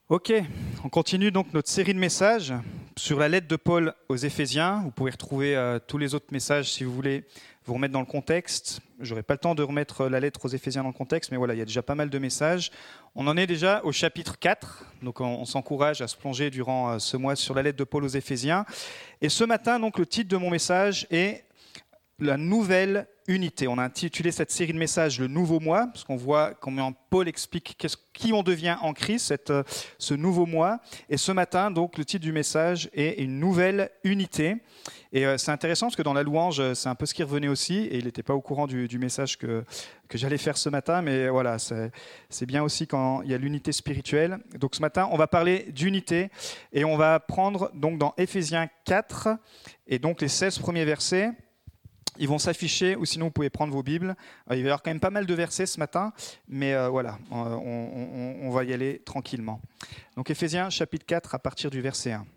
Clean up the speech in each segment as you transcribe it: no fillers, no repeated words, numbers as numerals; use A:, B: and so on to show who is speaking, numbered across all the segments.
A: Ok, on continue donc notre série de messages sur la lettre de Paul aux Éphésiens. Vous pouvez retrouver tous les autres messages si vous voulez vous remettre dans le contexte. Je n'aurai pas le temps de remettre la lettre aux Éphésiens dans le contexte, mais voilà, il y a déjà pas mal de messages. On en est déjà au chapitre 4, donc on s'encourage à se plonger durant ce mois sur la lettre de Paul aux Éphésiens. Et ce matin, donc, le titre de mon message est la nouvelle unité. On a intitulé cette série de messages « Le nouveau moi », parce qu'on voit comment Paul explique qui on devient en Christ, ce nouveau moi. Et ce matin, donc, le titre du message est « Une nouvelle unité ». Et c'est intéressant parce que dans la louange, c'est un peu ce qui revenait aussi, et il n'était pas au courant du message que j'allais faire ce matin, mais voilà, c'est bien aussi quand il y a l'unité spirituelle. Donc ce matin, on va parler d'unité, et on va prendre donc dans Éphésiens 4, et donc les 16 premiers versets. Ils vont s'afficher, ou sinon vous pouvez prendre vos Bibles. Il va y avoir quand même pas mal de versets ce matin, mais voilà, on va y aller tranquillement. Donc Éphésiens chapitre 4 à partir du verset 1.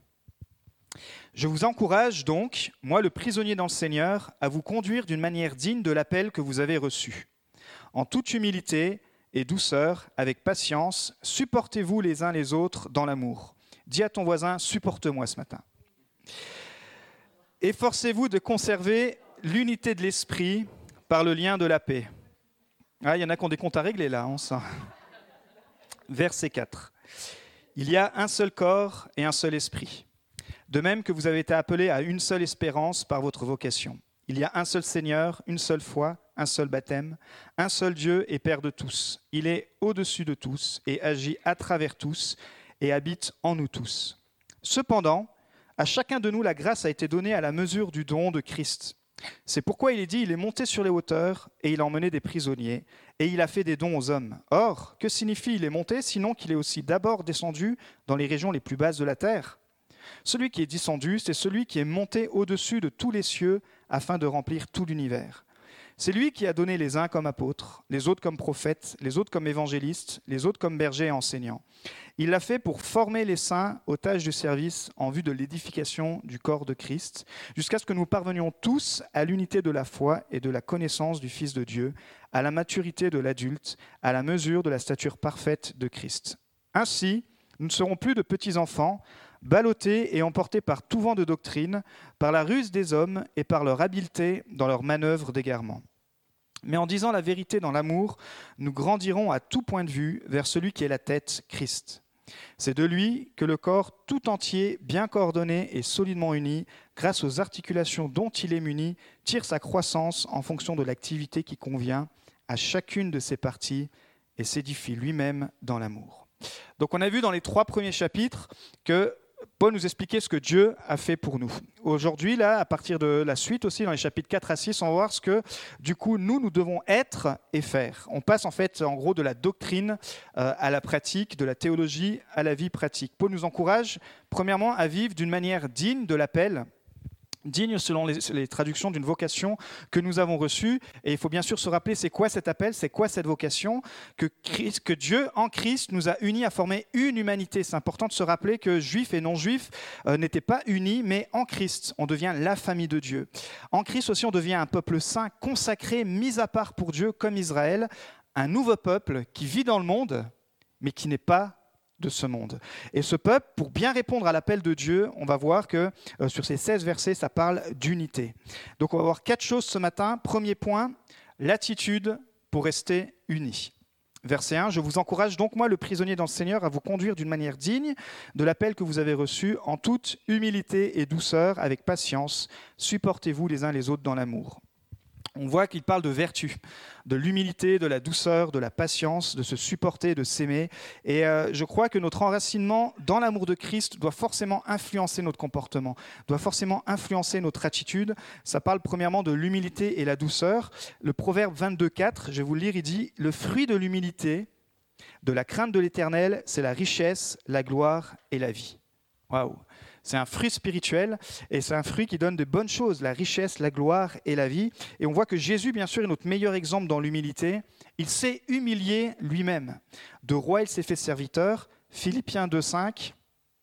A: Je vous encourage donc, moi le prisonnier dans le Seigneur, à vous conduire d'une manière digne de l'appel que vous avez reçu. En toute humilité et douceur, avec patience, supportez-vous les uns les autres dans l'amour. Dis à ton voisin, supporte-moi ce matin. Efforcez-vous de conserver l'unité de l'esprit par le lien de la paix. Ah, il y en a qui ont des comptes à régler là, on sent. Verset 4. Il y a un seul corps et un seul esprit. De même que vous avez été appelés à une seule espérance par votre vocation. Il y a un seul Seigneur, une seule foi, un seul baptême, un seul Dieu et Père de tous. Il est au-dessus de tous et agit à travers tous et habite en nous tous. Cependant, à chacun de nous, la grâce a été donnée à la mesure du don de Christ. C'est pourquoi il est dit, il est monté sur les hauteurs et il a emmené des prisonniers et il a fait des dons aux hommes. Or, que signifie il est monté, sinon qu'il est aussi d'abord descendu dans les régions les plus basses de la terre ? Celui qui est descendu, c'est celui qui est monté au-dessus de tous les cieux afin de remplir tout l'univers. C'est lui qui a donné les uns comme apôtres, les autres comme prophètes, les autres comme évangélistes, les autres comme bergers et enseignants. Il l'a fait pour former les saints aux tâches du service en vue de l'édification du corps de Christ, jusqu'à ce que nous parvenions tous à l'unité de la foi et de la connaissance du Fils de Dieu, à la maturité de l'adulte, à la mesure de la stature parfaite de Christ. Ainsi, nous ne serons plus de petits enfants, ballottés et emportés par tout vent de doctrine, par la ruse des hommes et par leur habileté dans leurs manœuvres d'égarement. Mais en disant la vérité dans l'amour, nous grandirons à tout point de vue vers celui qui est la tête, Christ. C'est de lui que le corps tout entier, bien coordonné et solidement uni, grâce aux articulations dont il est muni, tire sa croissance en fonction de l'activité qui convient à chacune de ses parties et s'édifie lui-même dans l'amour. Donc on a vu dans les 3 premiers chapitres que Paul nous expliquait ce que Dieu a fait pour nous. Aujourd'hui, là, à partir de la suite aussi, dans les chapitres 4 à 6, on va voir ce que, du coup, nous devons être et faire. On passe en fait, en gros, de la doctrine à la pratique, de la théologie à la vie pratique. Paul nous encourage, premièrement, à vivre d'une manière digne de l'appel, digne selon les traductions d'une vocation que nous avons reçue. Et il faut bien sûr se rappeler, c'est quoi cet appel, c'est quoi cette vocation, que Dieu, en Christ, nous a unis à former une humanité. C'est important de se rappeler que juifs et non-juifs n'étaient pas unis, mais en Christ, on devient la famille de Dieu. En Christ aussi, on devient un peuple saint, consacré, mis à part pour Dieu, comme Israël, un nouveau peuple qui vit dans le monde, mais qui n'est pas de ce monde. Et ce peuple, pour bien répondre à l'appel de Dieu, on va voir que sur ces 16 versets, ça parle d'unité. Donc on va voir 4 choses ce matin. Premier point, l'attitude pour rester unis. Verset 1, je vous encourage donc, moi, le prisonnier dans le Seigneur, à vous conduire d'une manière digne de l'appel que vous avez reçu, en toute humilité et douceur, avec patience. Supportez-vous les uns les autres dans l'amour. On voit qu'il parle de vertu, de l'humilité, de la douceur, de la patience, de se supporter, de s'aimer. Et je crois que notre enracinement dans l'amour de Christ doit forcément influencer notre comportement, doit forcément influencer notre attitude. Ça parle premièrement de l'humilité et la douceur. Le proverbe 22,4, je vais vous le lire, il dit « Le fruit de l'humilité, de la crainte de l'Éternel, c'est la richesse, la gloire et la vie. » Waouh! C'est un fruit spirituel et c'est un fruit qui donne de bonnes choses, la richesse, la gloire et la vie. Et on voit que Jésus, bien sûr, est notre meilleur exemple dans l'humilité. Il s'est humilié lui-même. De roi, il s'est fait serviteur. Philippiens 2,5.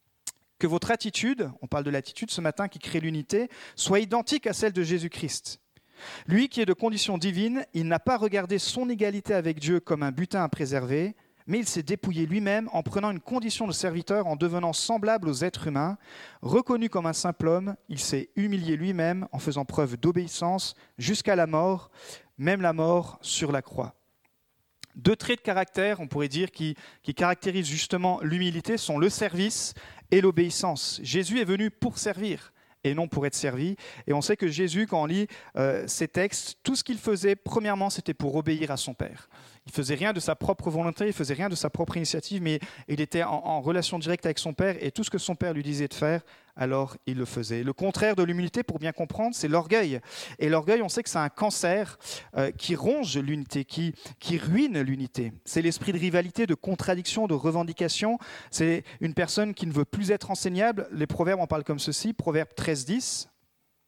A: Que votre attitude, on parle de l'attitude ce matin qui crée l'unité, soit identique à celle de Jésus-Christ. Lui qui est de condition divine, il n'a pas regardé son égalité avec Dieu comme un butin à préserver, mais il s'est dépouillé lui-même en prenant une condition de serviteur, en devenant semblable aux êtres humains. Reconnu comme un simple homme, il s'est humilié lui-même en faisant preuve d'obéissance jusqu'à la mort, même la mort sur la croix. 2 traits de caractère, on pourrait dire, qui caractérisent justement l'humilité, sont le service et l'obéissance. Jésus est venu pour servir et non pour être servi. Et on sait que Jésus, quand on lit ces textes, tout ce qu'il faisait, premièrement, c'était pour obéir à son Père. Il ne faisait rien de sa propre volonté, il ne faisait rien de sa propre initiative, mais il était en relation directe avec son Père, et tout ce que son Père lui disait de faire, alors il le faisait. Le contraire de l'humilité, pour bien comprendre, c'est l'orgueil. Et l'orgueil, on sait que c'est un cancer qui ronge l'unité, qui ruine l'unité. C'est l'esprit de rivalité, de contradiction, de revendication. C'est une personne qui ne veut plus être enseignable. Les proverbes en parlent comme ceci, Proverbe 13, 10.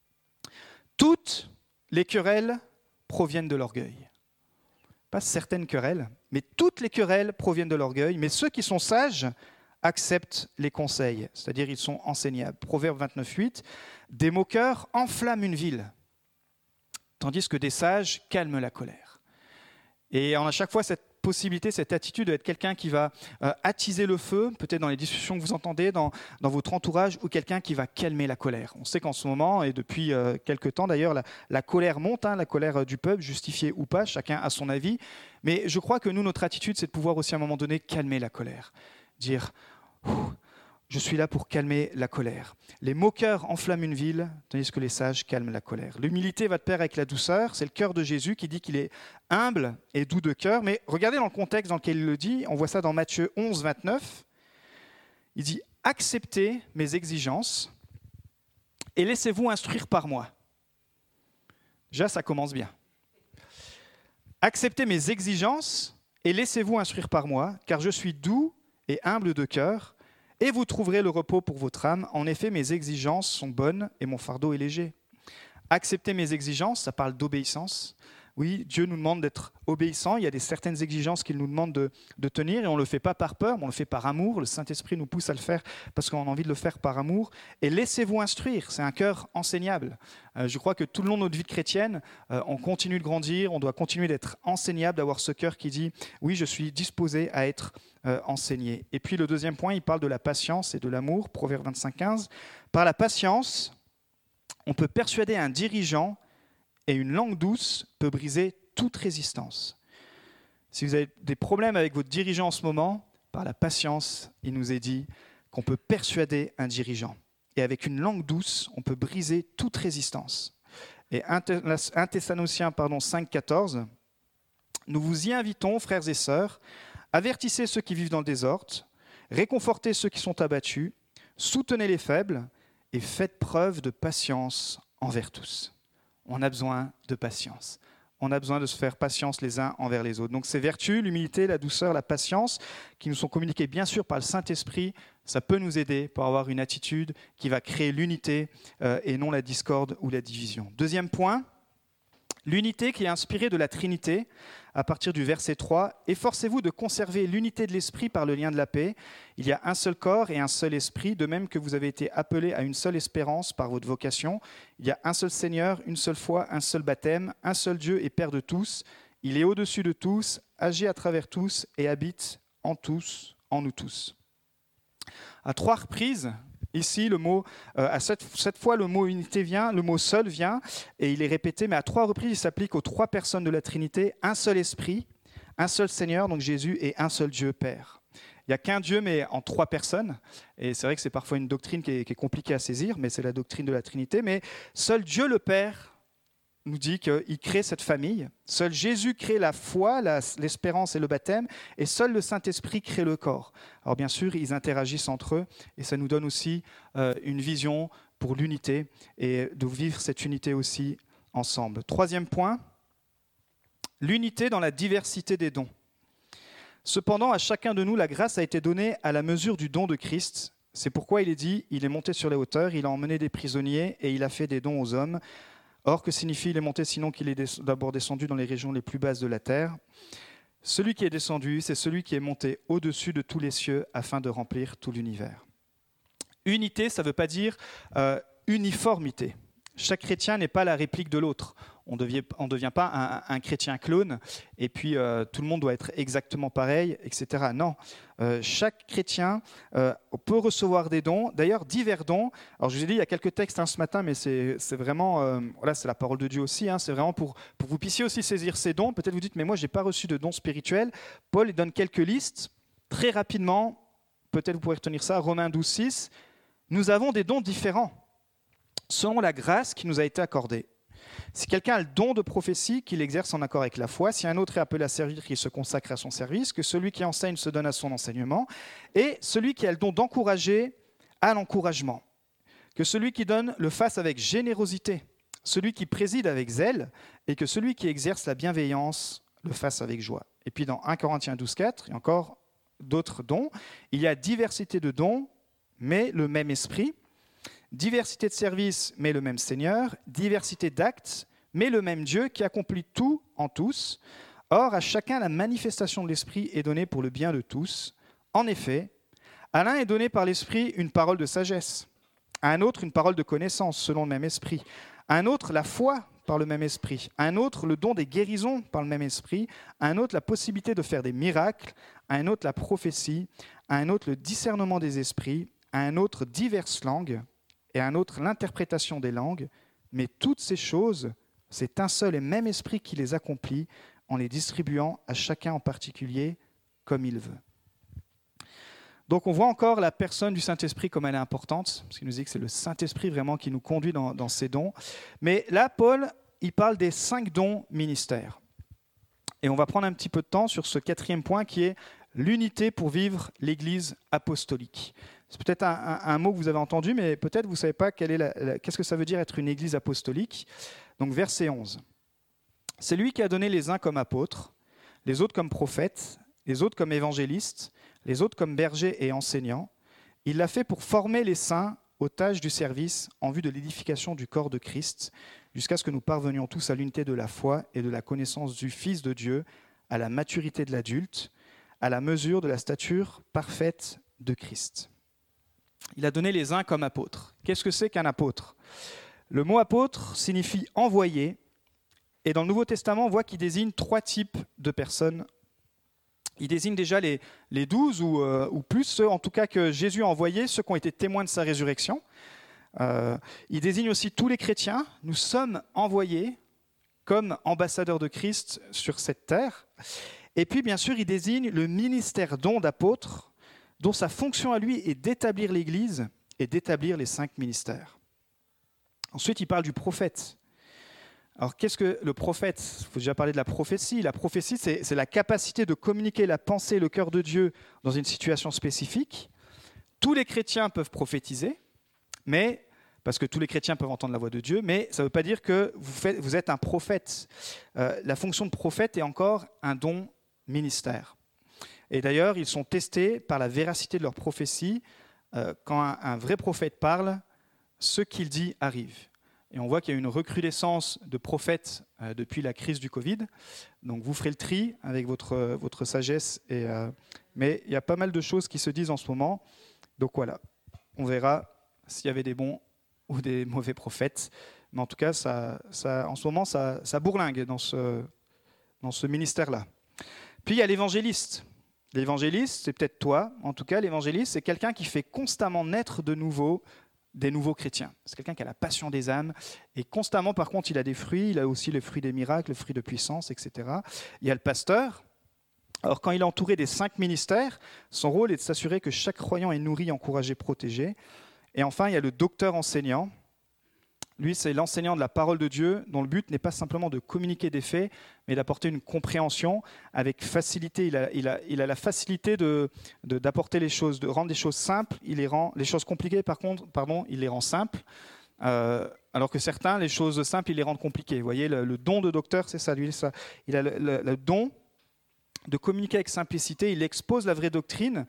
A: Toutes les querelles proviennent de l'orgueil. Pas certaines querelles, mais toutes les querelles proviennent de l'orgueil. Mais ceux qui sont sages acceptent les conseils, c'est-à-dire ils sont enseignables. Proverbe 29, 8. Des moqueurs enflamment une ville, tandis que des sages calment la colère. Et on a à chaque fois cette possibilité, cette attitude d'être quelqu'un qui va attiser le feu, peut-être dans les discussions que vous entendez, dans votre entourage, ou quelqu'un qui va calmer la colère. On sait qu'en ce moment, et depuis quelques temps d'ailleurs, la colère monte, la colère du peuple, justifiée ou pas, chacun a son avis. Mais je crois que nous, notre attitude, c'est de pouvoir aussi à un moment donné calmer la colère. Dire « Je suis là pour calmer la colère ». Les moqueurs enflamment une ville, tandis que les sages calment la colère. L'humilité va de pair avec la douceur. C'est le cœur de Jésus qui dit qu'il est humble et doux de cœur. Mais regardez dans le contexte dans lequel il le dit. On voit ça dans Matthieu 11, 29. Il dit « Acceptez mes exigences et laissez-vous instruire par moi ». Déjà, ça commence bien. « Acceptez mes exigences et laissez-vous instruire par moi, car je suis doux et humble de cœur, et vous trouverez le repos pour votre âme. En effet, mes exigences sont bonnes et mon fardeau est léger. » Accepter mes exigences, ça parle d'obéissance. Oui, Dieu nous demande d'être obéissants. Il y a certaines exigences qu'il nous demande de tenir, et on ne le fait pas par peur, mais on le fait par amour. Le Saint-Esprit nous pousse à le faire parce qu'on a envie de le faire par amour. Et laissez-vous instruire, c'est un cœur enseignable. Je crois que tout le long de notre vie chrétienne, on continue de grandir, on doit continuer d'être enseignable, d'avoir ce cœur qui dit « Oui, je suis disposé à être enseigné ». Et puis le deuxième point, il parle de la patience et de l'amour, Proverbe 25, 15. Par la patience, on peut persuader un dirigeant, et une langue douce peut briser toute résistance. Si vous avez des problèmes avec votre dirigeant en ce moment, par la patience, il nous est dit qu'on peut persuader un dirigeant. Et avec une langue douce, on peut briser toute résistance. Et 1 Thessaloniciens 5, 14, nous vous y invitons, frères et sœurs, avertissez ceux qui vivent dans le désordre, réconfortez ceux qui sont abattus, soutenez les faibles et faites preuve de patience envers tous. On a besoin de patience. On a besoin de se faire patience les uns envers les autres. Donc ces vertus, l'humilité, la douceur, la patience, qui nous sont communiquées bien sûr par le Saint-Esprit, ça peut nous aider pour avoir une attitude qui va créer l'unité et non la discorde ou la division. Deuxième point, l'unité qui est inspirée de la Trinité, à partir du verset 3. « Efforcez-vous de conserver l'unité de l'esprit par le lien de la paix. Il y a un seul corps et un seul esprit, de même que vous avez été appelés à une seule espérance par votre vocation. Il y a un seul Seigneur, une seule foi, un seul baptême, un seul Dieu et Père de tous. Il est au-dessus de tous, agit à travers tous et habite en tous, en nous tous. » À 3 reprises, ici, le mot, à cette fois, le mot unité vient, le mot seul vient, et il est répété, mais à 3 reprises, il s'applique aux 3 personnes de la Trinité, un seul esprit, un seul Seigneur, donc Jésus, et un seul Dieu, Père. Il n'y a qu'un Dieu, mais en 3 personnes, et c'est vrai que c'est parfois une doctrine qui est compliquée à saisir, mais c'est la doctrine de la Trinité, mais seul Dieu le Père nous dit qu'il crée cette famille, seul Jésus crée la foi, l'espérance et le baptême, et seul le Saint-Esprit crée le corps. Alors bien sûr, ils interagissent entre eux, et ça nous donne aussi une vision pour l'unité, et de vivre cette unité aussi ensemble. 3e point, l'unité dans la diversité des dons. Cependant, à chacun de nous, la grâce a été donnée à la mesure du don de Christ. C'est pourquoi il est dit, il est monté sur les hauteurs, il a emmené des prisonniers, et il a fait des dons aux hommes. Or, que signifie il est monté sinon qu'il est d'abord descendu dans les régions les plus basses de la terre? Celui qui est descendu, c'est celui qui est monté au-dessus de tous les cieux afin de remplir tout l'univers. Unité, ça ne veut pas dire uniformité. Chaque chrétien n'est pas la réplique de l'autre. on ne devient pas un chrétien clone et puis tout le monde doit être exactement pareil, etc. Non, chaque chrétien peut recevoir des dons, d'ailleurs divers dons. Alors je vous ai dit, il y a quelques textes ce matin, mais c'est vraiment, voilà, c'est la parole de Dieu aussi, c'est vraiment pour que vous puissiez aussi saisir ces dons. Peut-être vous dites, mais moi je n'ai pas reçu de dons spirituels. Paul il donne quelques listes, très rapidement, peut-être vous pourrez retenir ça, Romains 12, 6, nous avons des dons différents, selon la grâce qui nous a été accordée. Si quelqu'un a le don de prophétie, qu'il exerce en accord avec la foi. Si un autre est appelé à servir, qu'il se consacre à son service. Que celui qui enseigne se donne à son enseignement. Et celui qui a le don d'encourager, à l'encouragement. Que celui qui donne le fasse avec générosité. Celui qui préside avec zèle. Et que celui qui exerce la bienveillance le fasse avec joie. Et puis dans 1 Corinthiens 12, 4, il y a encore d'autres dons. Il y a diversité de dons, mais le même esprit. Diversité de services, mais le même Seigneur. Diversité d'actes, mais le même Dieu qui accomplit tout en tous. Or, à chacun, la manifestation de l'Esprit est donnée pour le bien de tous. En effet, à l'un est donné par l'Esprit une parole de sagesse, à un autre une parole de connaissance selon le même Esprit, à un autre la foi par le même Esprit, à un autre le don des guérisons par le même Esprit, à un autre la possibilité de faire des miracles, à un autre la prophétie, à un autre le discernement des esprits, à un autre diverses langues, et à un autre l'interprétation des langues, mais toutes ces choses, c'est un seul et même esprit qui les accomplit en les distribuant à chacun en particulier comme il veut. Donc on voit encore la personne du Saint-Esprit comme elle est importante, parce qu'il nous dit que c'est le Saint-Esprit vraiment qui nous conduit dans ses dons. Mais là, Paul, il parle des 5 dons ministères. Et on va prendre un petit peu de temps sur ce 4e point qui est l'unité pour vivre l'Église apostolique. C'est peut-être un mot que vous avez entendu, mais peut-être vous ne savez pas qu'est-ce que ça veut dire être une église apostolique. Donc verset 11. C'est lui qui a donné les uns comme apôtres, les autres comme prophètes, les autres comme évangélistes, les autres comme bergers et enseignants. Il l'a fait pour former les saints aux tâches du service en vue de l'édification du corps de Christ, jusqu'à ce que nous parvenions tous à l'unité de la foi et de la connaissance du Fils de Dieu, à la maturité de l'adulte, à la mesure de la stature parfaite de Christ. Il a donné les uns comme apôtres. Qu'est-ce que c'est qu'un apôtre ? Le mot apôtre signifie envoyé, et dans le Nouveau Testament, on voit qu'il désigne 3 types de personnes. Il désigne déjà les 12 ou plus, ceux en tout cas que Jésus a envoyés, ceux qui ont été témoins de sa résurrection. Il désigne aussi tous les chrétiens. Nous sommes envoyés comme ambassadeurs de Christ sur cette terre. Et puis, bien sûr, il désigne le ministère don d'apôtre, dont sa fonction à lui est d'établir l'Église et d'établir les 5 ministères. Ensuite, il parle du prophète. Alors, qu'est-ce que le prophète ? Il faut déjà parler de la prophétie. La prophétie, c'est la capacité de communiquer la pensée et le cœur de Dieu dans une situation spécifique. Tous les chrétiens peuvent prophétiser, mais, parce que tous les chrétiens peuvent entendre la voix de Dieu, mais ça ne veut pas dire que vous êtes un prophète. La fonction de prophète est encore un don ministère. Et d'ailleurs, ils sont testés par la véracité de leur prophétie. Quand un vrai prophète parle, ce qu'il dit arrive. Et on voit qu'il y a une recrudescence de prophètes depuis la crise du Covid. Donc vous ferez le tri avec votre sagesse. Mais il y a pas mal de choses qui se disent en ce moment. Donc voilà, on verra s'il y avait des bons ou des mauvais prophètes. Mais en tout cas, en ce moment, ça bourlingue dans ce ministère-là. Puis il y a l'évangéliste. L'évangéliste, c'est peut-être toi, en tout cas, l'évangéliste, c'est quelqu'un qui fait constamment naître de nouveau des nouveaux chrétiens. C'est quelqu'un qui a la passion des âmes, et constamment, par contre, il a des fruits, il a aussi le fruit des miracles, le fruit de puissance, etc. Il y a le pasteur. Alors, quand il est entouré des 5 ministères, son rôle est de s'assurer que chaque croyant est nourri, encouragé, protégé. Et enfin, il y a le docteur enseignant. Lui, c'est l'enseignant de la parole de Dieu, dont le but n'est pas simplement de communiquer des faits, mais d'apporter une compréhension avec facilité. Il a la facilité d'apporter les choses, de rendre les choses simples. Les choses compliquées, il les rend simples. Alors que certains, les choses simples, ils les rendent compliquées. Vous voyez, le don de docteur, c'est ça. Lui, il a le don de communiquer avec simplicité. Il expose la vraie doctrine.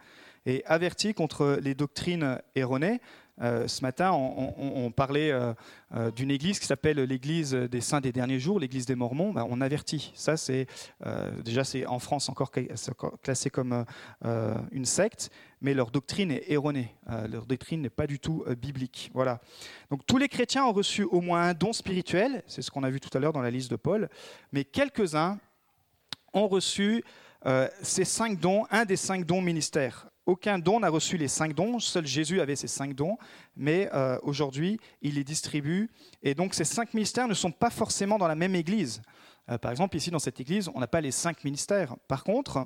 A: et avertit contre les doctrines erronées. Ce matin, on parlait d'une église qui s'appelle l'église des saints des derniers jours, l'église des Mormons. On avertit. Ça, déjà, c'est en France encore classé comme une secte, mais leur doctrine est erronée. Leur doctrine n'est pas du tout biblique. Voilà. Donc, tous les chrétiens ont reçu au moins un don spirituel. C'est ce qu'on a vu tout à l'heure dans la liste de Paul. Mais quelques-uns ont reçu ces 5 dons, un des 5 dons ministères. Aucun don n'a reçu les 5 dons, seul Jésus avait ces 5 dons, mais aujourd'hui, il les distribue. Et donc, ces 5 ministères ne sont pas forcément dans la même église. Par exemple, ici, dans cette église, on n'a pas les 5 ministères. Par contre,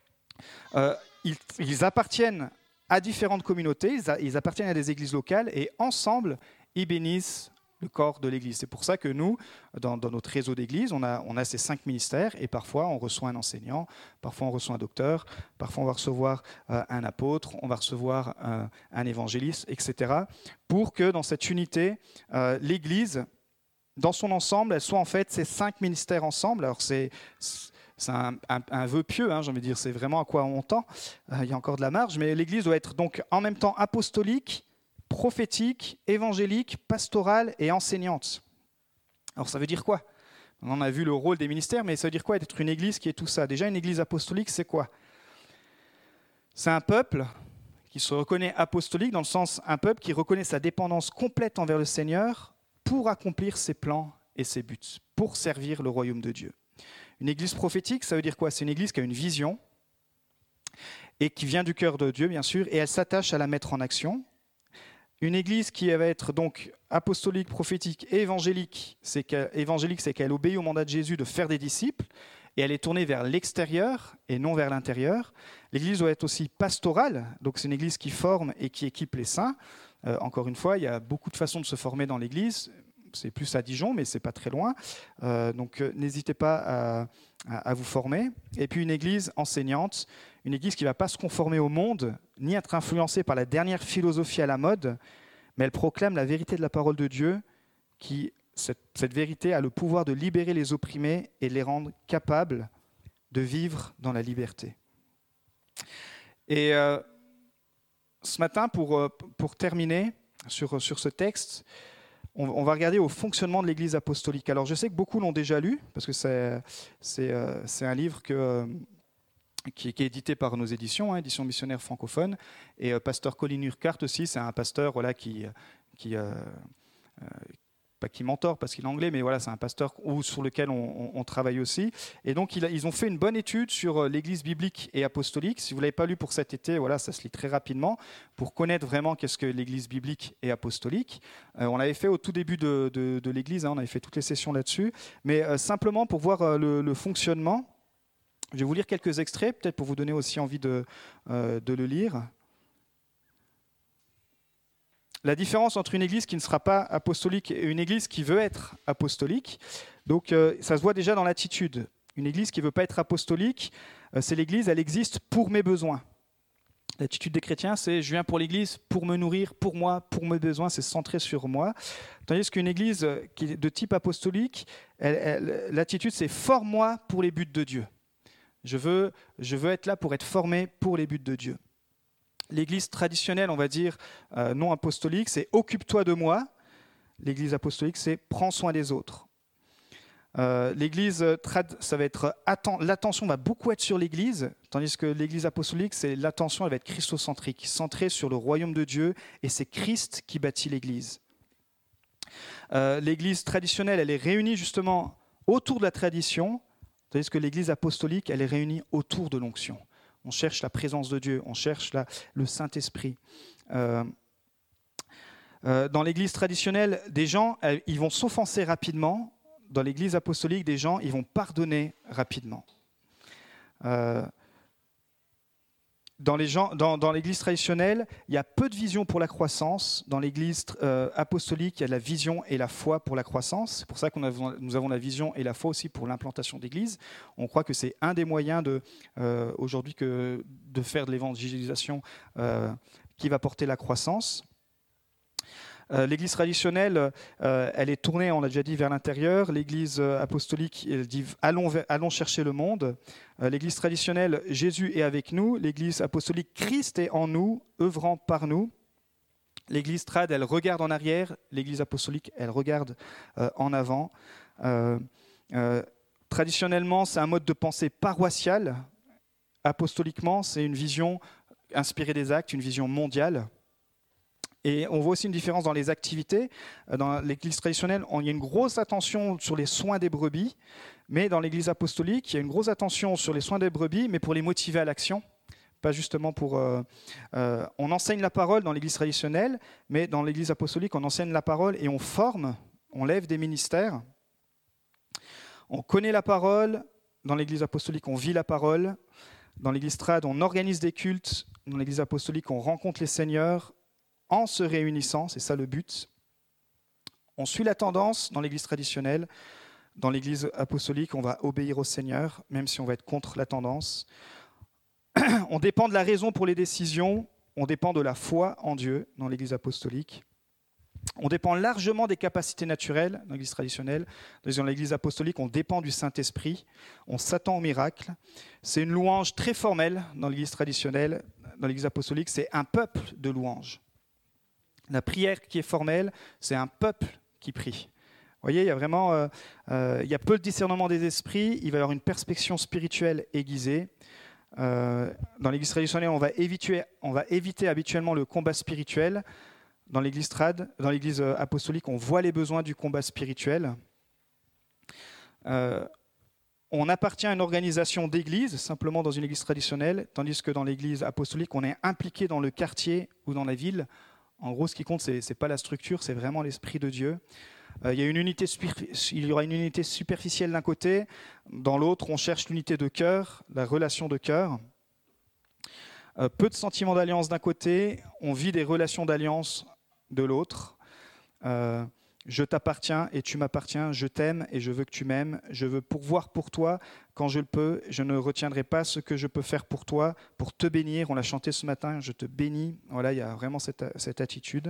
A: ils appartiennent à différentes communautés, ils appartiennent à des églises locales, et ensemble, ils bénissent le corps de l'Église. C'est pour ça que nous, dans notre réseau d'églises, on a ces 5 ministères et parfois on reçoit un enseignant, parfois on reçoit un docteur, parfois on va recevoir un apôtre, on va recevoir un évangéliste, etc. Pour que dans cette unité, l'Église, dans son ensemble, elle soit en fait ces 5 ministères ensemble. Alors c'est un vœu pieux, j'ai envie de dire, c'est vraiment à quoi on tend. Il y a encore de la marge, mais l'Église doit être donc en même temps apostolique, prophétique, évangélique, pastorale et enseignante. Alors ça veut dire quoi ? On a vu le rôle des ministères, mais ça veut dire quoi d'être une église qui est tout ça ? Déjà, une église apostolique, c'est quoi ? C'est un peuple qui se reconnaît apostolique, dans le sens un peuple qui reconnaît sa dépendance complète envers le Seigneur pour accomplir ses plans et ses buts, pour servir le royaume de Dieu. Une église prophétique, ça veut dire quoi ? C'est une église qui a une vision et qui vient du cœur de Dieu, bien sûr, et elle s'attache à la mettre en action. Une église qui va être donc apostolique, prophétique et évangélique, c'est qu'elle obéit au mandat de Jésus de faire des disciples, et elle est tournée vers l'extérieur et non vers l'intérieur. L'église doit être aussi pastorale, donc c'est une église qui forme et qui équipe les saints. Encore une fois, il y a beaucoup de façons de se former dans l'église. C'est plus à Dijon, mais c'est pas très loin. Donc n'hésitez pas à vous former. Et puis une église enseignante, une église qui ne va pas se conformer au monde, ni être influencée par la dernière philosophie à la mode, mais elle proclame la vérité de la parole de Dieu, cette vérité a le pouvoir de libérer les opprimés et de les rendre capables de vivre dans la liberté. Et ce matin, pour terminer sur ce texte, on va regarder au fonctionnement de l'Église apostolique. Alors je sais que beaucoup l'ont déjà lu, parce que c'est un livre qui est édité par nos éditions, éditions missionnaires francophones, et pasteur Colin Urquhart aussi, c'est un pasteur pas qui mentore parce qu'il est anglais, mais voilà, c'est un pasteur sur lequel on travaille aussi. Et donc, ils ont fait une bonne étude sur l'Église biblique et apostolique. Si vous ne l'avez pas lu pour cet été, voilà, ça se lit très rapidement pour connaître vraiment qu'est-ce que l'Église biblique et apostolique. On l'avait fait au tout début de l'Église, on avait fait toutes les sessions là-dessus. Mais simplement pour voir le fonctionnement, je vais vous lire quelques extraits, peut-être pour vous donner aussi envie de le lire. La différence entre une église qui ne sera pas apostolique et une église qui veut être apostolique, donc ça se voit déjà dans l'attitude. Une église qui ne veut pas être apostolique, c'est l'église, elle existe pour mes besoins. L'attitude des chrétiens, c'est je viens pour l'église pour me nourrir, pour moi, pour mes besoins, c'est centré sur moi. Tandis qu'une église qui est de type apostolique, l'attitude c'est forme-moi pour les buts de Dieu. Je veux être là pour être formé pour les buts de Dieu. L'église traditionnelle, on va dire, non apostolique, c'est « occupe-toi de moi ». L'église apostolique, c'est « prends soin des autres ». L'église, ça va être l'attention va beaucoup être sur l'église, tandis que l'église apostolique, c'est l'attention, elle va être christocentrique, centrée sur le royaume de Dieu, et c'est Christ qui bâtit l'église. L'église traditionnelle, elle est réunie justement autour de la tradition, tandis que l'église apostolique, elle est réunie autour de l'onction. On cherche la présence de Dieu, on cherche le Saint-Esprit. Dans l'église traditionnelle, des gens, ils vont s'offenser rapidement. Dans l'église apostolique, des gens, ils vont pardonner rapidement. Dans l'église traditionnelle, il y a peu de vision pour la croissance. Dans l'église apostolique, il y a la vision et la foi pour la croissance. C'est pour ça que nous avons la vision et la foi aussi pour l'implantation d'église. On croit que c'est un des moyens aujourd'hui de faire de l'évangélisation qui va porter la croissance. L'Église traditionnelle, elle est tournée, on l'a déjà dit, vers l'intérieur. L'Église apostolique, elle dit allons chercher le monde. L'Église traditionnelle, Jésus est avec nous. L'Église apostolique, Christ est en nous, œuvrant par nous. L'Église trad, elle regarde en arrière. L'Église apostolique, elle regarde en avant. Traditionnellement, c'est un mode de pensée paroissial. Apostoliquement, c'est une vision inspirée des actes, une vision mondiale. Et on voit aussi une différence dans les activités. Dans l'Église traditionnelle, il y a une grosse attention sur les soins des brebis, mais dans l'Église apostolique, il y a une grosse attention sur les soins des brebis, mais pour les motiver à l'action. Pas justement pour... on enseigne la parole dans l'Église traditionnelle, mais dans l'Église apostolique, on enseigne la parole et on forme, on lève des ministères. On connaît la parole. Dans l'Église apostolique, on vit la parole. Dans l'Église trad, on organise des cultes. Dans l'Église apostolique, on rencontre les seigneurs en se réunissant, c'est ça le but. On suit la tendance dans l'Église traditionnelle. Dans l'Église apostolique, on va obéir au Seigneur, même si on va être contre la tendance. On dépend de la raison pour les décisions. On dépend de la foi en Dieu dans l'Église apostolique. On dépend largement des capacités naturelles dans l'Église traditionnelle. Dans l'Église apostolique, on dépend du Saint-Esprit. On s'attend au miracle. C'est une louange très formelle dans l'Église traditionnelle. Dans l'Église apostolique, c'est un peuple de louanges. La prière qui est formelle, c'est un peuple qui prie. Vous voyez, il y a vraiment il y a peu de discernement des esprits, il va y avoir une perspection spirituelle aiguisée. Dans l'Église traditionnelle, on va éviter habituellement le combat spirituel. Dans l'Église apostolique, on voit les besoins du combat spirituel. On appartient à une organisation d'église, simplement dans une église traditionnelle, tandis que dans l'Église apostolique, on est impliqué dans le quartier ou dans la ville. En gros, ce qui compte, ce n'est pas la structure, c'est vraiment l'Esprit de Dieu. Il y aura une unité superficielle d'un côté, dans l'autre, on cherche l'unité de cœur, la relation de cœur. Peu de sentiments d'alliance d'un côté, on vit des relations d'alliance de l'autre. Je t'appartiens et tu m'appartiens, je t'aime et je veux que tu m'aimes, je veux pourvoir pour toi quand je le peux, je ne retiendrai pas ce que je peux faire pour toi, pour te bénir. On l'a chanté ce matin, je te bénis. Voilà, il y a vraiment cette attitude.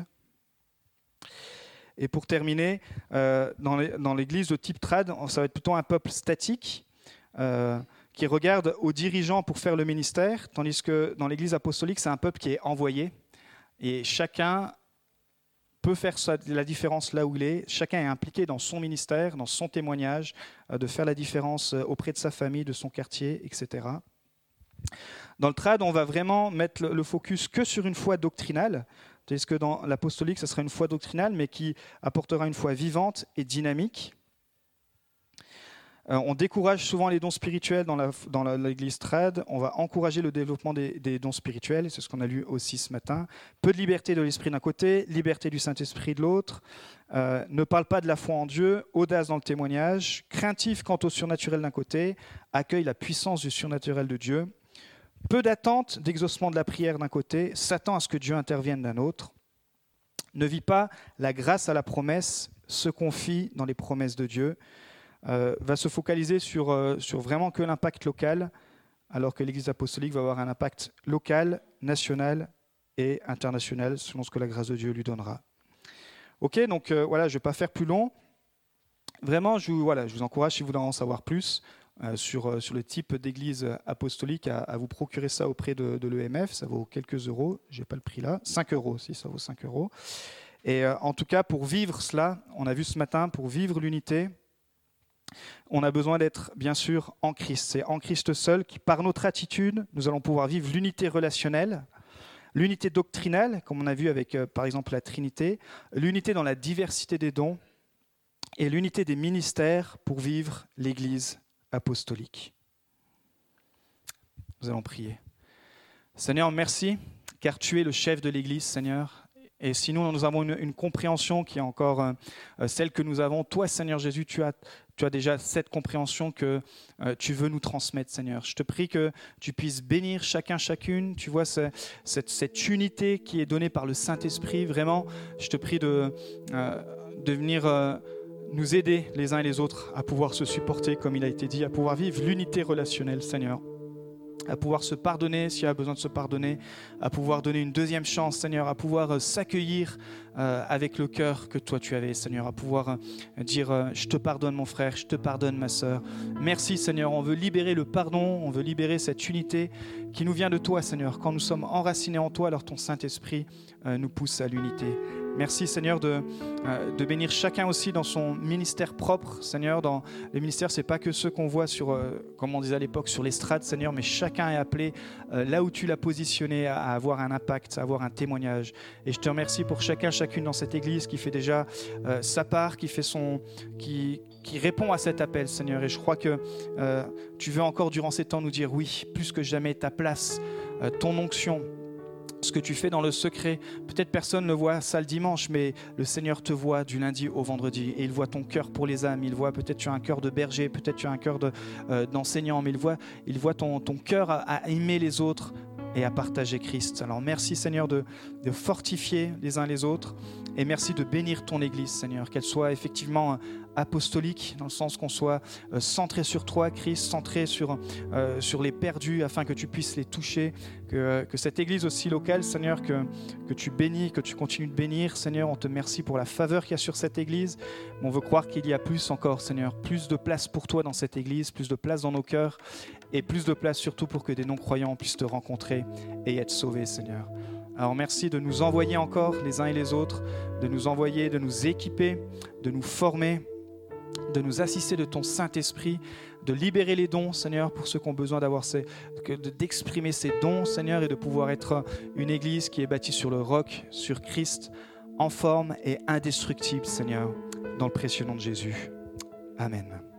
A: Et pour terminer, dans l'église de type trad, ça va être plutôt un peuple statique qui regarde aux dirigeants pour faire le ministère, tandis que dans l'église apostolique, c'est un peuple qui est envoyé et chacun peut faire la différence là où il est. Chacun est impliqué dans son ministère, dans son témoignage, de faire la différence auprès de sa famille, de son quartier, etc. Dans le trad, on va vraiment mettre le focus que sur une foi doctrinale, tandis que dans l'apostolique, ce sera une foi doctrinale, mais qui apportera une foi vivante et dynamique. On décourage souvent les dons spirituels dans l'église trad. On va encourager le développement des dons spirituels. C'est ce qu'on a lu aussi ce matin. Peu de liberté de l'esprit d'un côté, liberté du Saint-Esprit de l'autre. Ne parle pas de la foi en Dieu, audace dans le témoignage, craintif quant au surnaturel d'un côté, accueille la puissance du surnaturel de Dieu. Peu d'attente d'exaucement de la prière d'un côté, s'attend à ce que Dieu intervienne d'un autre. Ne vit pas la grâce à la promesse, se confie dans les promesses de Dieu. Va se focaliser sur vraiment que l'impact local, alors que l'Église apostolique va avoir un impact local, national et international, selon ce que la grâce de Dieu lui donnera. Ok, donc voilà, je ne vais pas faire plus long. Vraiment, je vous encourage, si vous voulez en savoir plus, sur le type d'église apostolique, à vous procurer ça auprès de l'EMF. Ça vaut quelques euros, je n'ai pas le prix là, 5 euros, si ça vaut 5 euros. Et en tout cas, pour vivre cela, on a vu ce matin, pour vivre l'unité, on a besoin d'être, bien sûr, en Christ. C'est en Christ seul qui, par notre attitude, nous allons pouvoir vivre l'unité relationnelle, l'unité doctrinale, comme on a vu avec, par exemple, la Trinité, l'unité dans la diversité des dons et l'unité des ministères pour vivre l'Église apostolique. Nous allons prier. Seigneur, merci, car tu es le chef de l'Église, Seigneur. Et si nous avons une compréhension qui est encore celle que nous avons, toi, Seigneur Jésus, tu as déjà cette compréhension que tu veux nous transmettre, Seigneur. Je te prie que tu puisses bénir chacun, chacune. Tu vois cette unité qui est donnée par le Saint-Esprit. Vraiment, je te prie de venir nous aider les uns et les autres à pouvoir se supporter, comme il a été dit, à pouvoir vivre l'unité relationnelle, Seigneur. à pouvoir se pardonner s'il y a besoin de se pardonner, à pouvoir donner une deuxième chance, Seigneur, à pouvoir s'accueillir avec le cœur que toi tu avais, Seigneur, à pouvoir dire je te pardonne mon frère, je te pardonne ma sœur. Merci Seigneur, on veut libérer le pardon, on veut libérer cette unité qui nous vient de toi, Seigneur. Quand nous sommes enracinés en toi, alors ton Saint-Esprit nous pousse à l'unité. Merci Seigneur de bénir chacun aussi dans son ministère propre, Seigneur. Dans les ministères, ce n'est pas que ceux qu'on voit sur, comme on disait à l'époque, sur l'estrade, Seigneur, mais chacun est appelé là où tu l'as positionné à avoir un impact, à avoir un témoignage. Et je te remercie pour chacune dans cette église qui fait déjà sa part, qui répond à cet appel, Seigneur. Et je crois que tu veux encore durant ces temps nous dire oui, plus que jamais ta place, ton onction, ce que tu fais dans le secret. Peut-être personne ne voit ça le dimanche, mais le Seigneur te voit du lundi au vendredi et il voit ton cœur pour les âmes. Il voit peut-être tu as un cœur de berger, peut-être tu as un cœur d'enseignant, mais il voit ton cœur à aimer les autres et à partager Christ. Alors merci Seigneur de fortifier les uns les autres et merci de bénir ton Église, Seigneur, qu'elle soit effectivement apostolique, dans le sens qu'on soit centré sur toi, Christ, centré sur les perdus, afin que tu puisses les toucher, que cette Église aussi locale, Seigneur, que tu bénis, que tu continues de bénir, Seigneur. On te remercie pour la faveur qu'il y a sur cette Église, mais on veut croire qu'il y a plus encore, Seigneur, plus de place pour toi dans cette Église, plus de place dans nos cœurs, et plus de place surtout pour que des non-croyants puissent te rencontrer et être sauvés, Seigneur. Alors merci de nous envoyer encore les uns et les autres, de nous envoyer, de nous équiper, de nous former, de nous assister de ton Saint-Esprit, de libérer les dons, Seigneur, pour ceux qui ont besoin d'exprimer ces dons, Seigneur, et de pouvoir être une Église qui est bâtie sur le roc, sur Christ, en forme et indestructible, Seigneur, dans le précieux nom de Jésus. Amen.